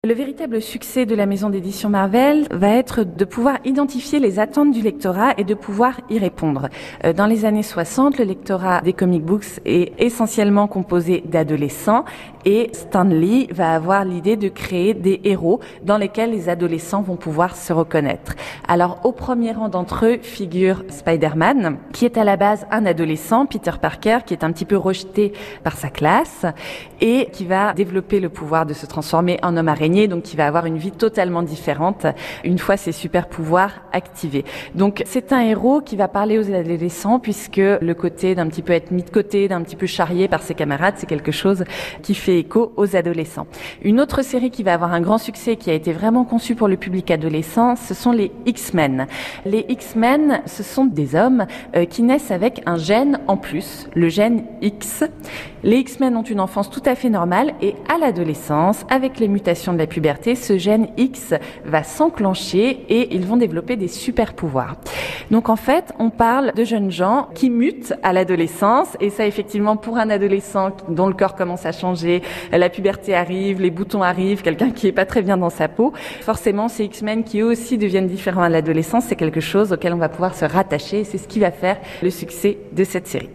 Le véritable succès de la maison d'édition Marvel va être de pouvoir identifier les attentes du lectorat et de pouvoir y répondre. Dans les années 60, le lectorat des comic books est essentiellement composé d'adolescents et Stan Lee va avoir l'idée de créer des héros dans lesquels les adolescents vont pouvoir se reconnaître. Alors au premier rang d'entre eux figure Spider-Man, qui est à la base un adolescent, Peter Parker, qui est un petit peu rejeté par sa classe et qui va développer le pouvoir de se transformer en homme araignée, donc qui va avoir une vie totalement différente une fois ses super pouvoirs activés. Donc c'est un héros qui va parler aux adolescents puisque le côté d'un petit peu être mis de côté, d'un petit peu charrié par ses camarades, c'est quelque chose qui fait écho aux adolescents. Une autre série qui va avoir un grand succès, qui a été vraiment conçue pour le public adolescent, ce sont les X-Men. Les X-Men, ce sont des hommes qui naissent avec un gène en plus, le gène X. Les X-Men ont une enfance tout à fait normale et à l'adolescence, avec les mutations de la puberté, ce gène X va s'enclencher et ils vont développer des super pouvoirs. Donc en fait, on parle de jeunes gens qui mutent à l'adolescence et ça effectivement pour un adolescent dont le corps commence à changer, la puberté arrive, les boutons arrivent, quelqu'un qui est pas très bien dans sa peau, forcément ces X-Men qui eux aussi deviennent différents à l'adolescence, c'est quelque chose auquel on va pouvoir se rattacher et c'est ce qui va faire le succès de cette série.